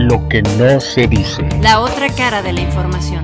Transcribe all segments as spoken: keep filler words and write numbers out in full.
Lo que no se dice. La otra cara de la información.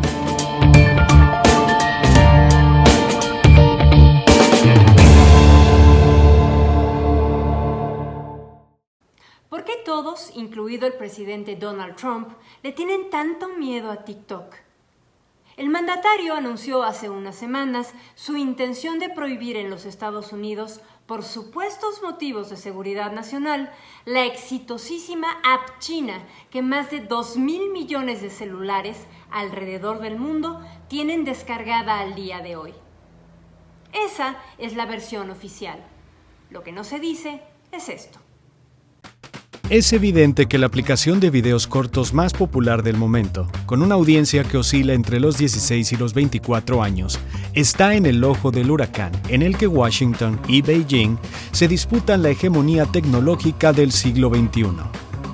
¿Por qué todos, incluido el presidente Donald Trump, le tienen tanto miedo a TikTok? El mandatario anunció hace unas semanas su intención de prohibir en los Estados Unidos, por supuestos motivos de seguridad nacional, la exitosísima app china que más de dos mil millones de celulares alrededor del mundo tienen descargada al día de hoy. Esa es la versión oficial. Lo que no se dice es esto. Es evidente que la aplicación de videos cortos más popular del momento, con una audiencia que oscila entre los dieciséis y los veinticuatro años, está en el ojo del huracán, en el que Washington y Beijing se disputan la hegemonía tecnológica del siglo veintiuno.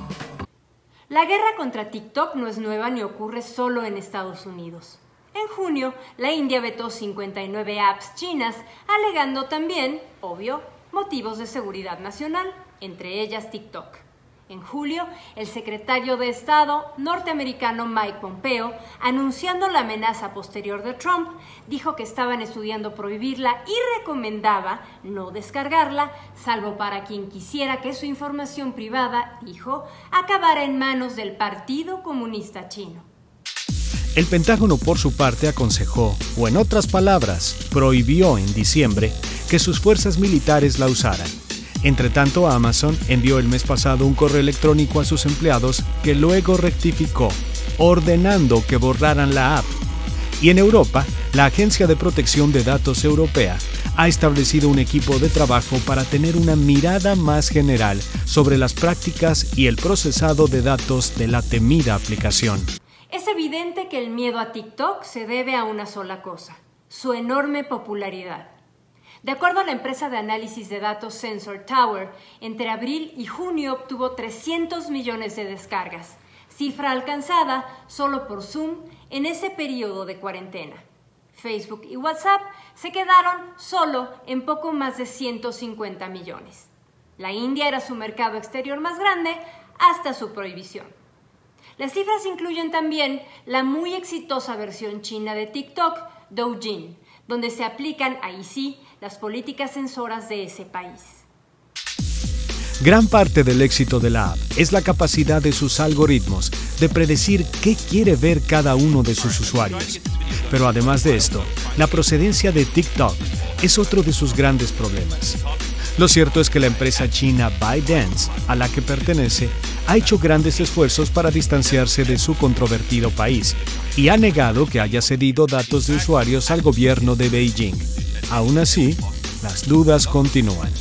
La guerra contra TikTok no es nueva ni ocurre solo en Estados Unidos. En junio, la India vetó cincuenta y nueve apps chinas, alegando también, obvio, motivos de seguridad nacional, entre ellas TikTok. En julio, el secretario de Estado norteamericano Mike Pompeo, anunciando la amenaza posterior de Trump, dijo que estaban estudiando prohibirla y recomendaba no descargarla, salvo para quien quisiera que su información privada, dijo, acabara en manos del Partido Comunista Chino. El Pentágono, por su parte, aconsejó, o en otras palabras, prohibió en diciembre que sus fuerzas militares la usaran. Entre tanto, Amazon envió el mes pasado un correo electrónico a sus empleados que luego rectificó, ordenando que borraran la app. Y en Europa, la Agencia de Protección de Datos Europea ha establecido un equipo de trabajo para tener una mirada más general sobre las prácticas y el procesado de datos de la temida aplicación. Es evidente que el miedo a TikTok se debe a una sola cosa: su enorme popularidad. De acuerdo a la empresa de análisis de datos Sensor Tower, entre abril y junio obtuvo trescientos millones de descargas, cifra alcanzada solo por Zoom en ese periodo de cuarentena. Facebook y WhatsApp se quedaron solo en poco más de ciento cincuenta millones. La India era su mercado exterior más grande hasta su prohibición. Las cifras incluyen también la muy exitosa versión china de TikTok, Douyin, donde se aplican, ahí sí, las políticas censoras de ese país. Gran parte del éxito de la app es la capacidad de sus algoritmos de predecir qué quiere ver cada uno de sus usuarios. Pero además de esto, la procedencia de TikTok es otro de sus grandes problemas. Lo cierto es que la empresa china ByteDance, a la que pertenece, ha hecho grandes esfuerzos para distanciarse de su controvertido país y ha negado que haya cedido datos de usuarios al gobierno de Beijing. Aún así, las dudas continúan.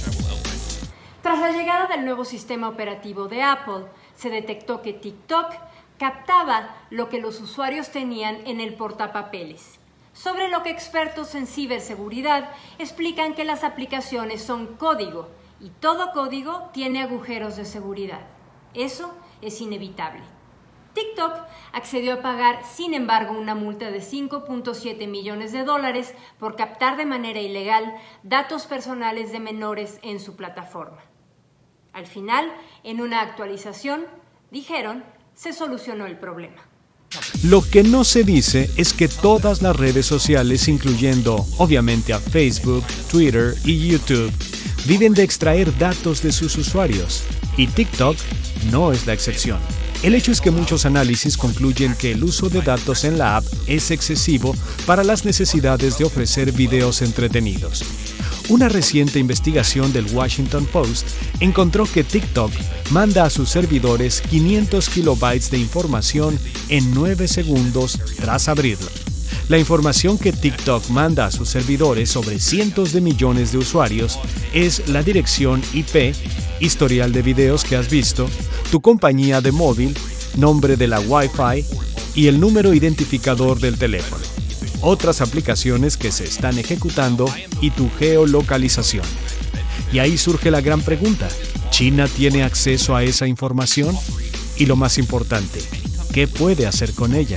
Tras la llegada del nuevo sistema operativo de Apple, se detectó que TikTok captaba lo que los usuarios tenían en el portapapeles. Sobre lo que expertos en ciberseguridad explican que las aplicaciones son código y todo código tiene agujeros de seguridad. Eso es inevitable. TikTok accedió a pagar, sin embargo, una multa de cinco punto siete millones de dólares por captar de manera ilegal datos personales de menores en su plataforma. Al final, en una actualización, dijeron, se solucionó el problema. Lo que no se dice es que todas las redes sociales, incluyendo obviamente a Facebook, Twitter y YouTube, viven de extraer datos de sus usuarios, y TikTok no es la excepción. El hecho es que muchos análisis concluyen que el uso de datos en la app es excesivo para las necesidades de ofrecer videos entretenidos. Una reciente investigación del Washington Post encontró que TikTok manda a sus servidores quinientos kilobytes de información en nueve segundos tras abrirlo. La información que TikTok manda a sus servidores sobre cientos de millones de usuarios es la dirección I P, historial de videos que has visto, tu compañía de móvil, nombre de la Wi-Fi y el número identificador del teléfono. Otras aplicaciones que se están ejecutando y tu geolocalización. Y ahí surge la gran pregunta: ¿China tiene acceso a esa información? Y lo más importante, ¿qué puede hacer con ella?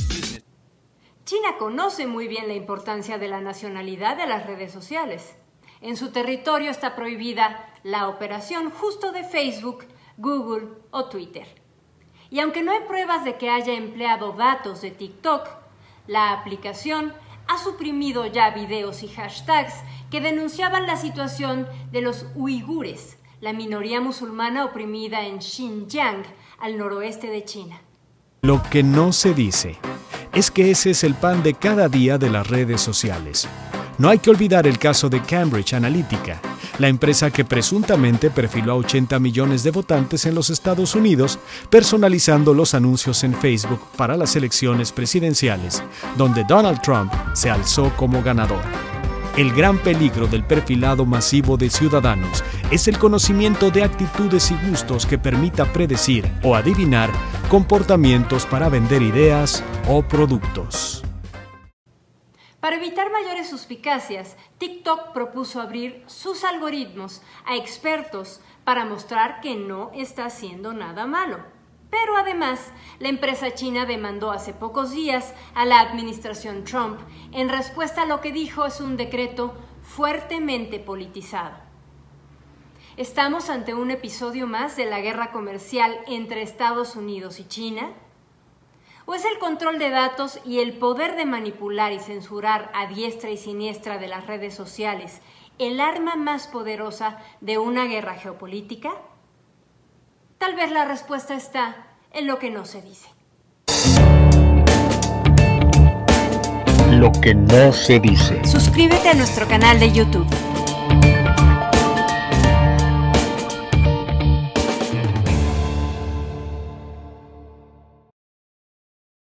China conoce muy bien la importancia de la nacionalidad de las redes sociales. En su territorio está prohibida la operación justo de Facebook, Google o Twitter. Y aunque no hay pruebas de que haya empleado datos de TikTok, la aplicación ha suprimido ya videos y hashtags que denunciaban la situación de los uigures, la minoría musulmana oprimida en Xinjiang, al noroeste de China. Lo que no se dice es que ese es el pan de cada día de las redes sociales. No hay que olvidar el caso de Cambridge Analytica, la empresa que presuntamente perfiló a ochenta millones de votantes en los Estados Unidos, personalizando los anuncios en Facebook para las elecciones presidenciales, donde Donald Trump se alzó como ganador. El gran peligro del perfilado masivo de ciudadanos es el conocimiento de actitudes y gustos que permita predecir o adivinar comportamientos para vender ideas o productos. Para evitar mayores suspicacias, TikTok propuso abrir sus algoritmos a expertos para mostrar que no está haciendo nada malo. Pero además, la empresa china demandó hace pocos días a la administración Trump en respuesta a lo que dijo es un decreto fuertemente politizado. ¿Estamos ante un episodio más de la guerra comercial entre Estados Unidos y China? ¿O es el control de datos y el poder de manipular y censurar a diestra y siniestra de las redes sociales el arma más poderosa de una guerra geopolítica? Tal vez la respuesta está en lo que no se dice. Lo que no se dice. Suscríbete a nuestro canal de YouTube.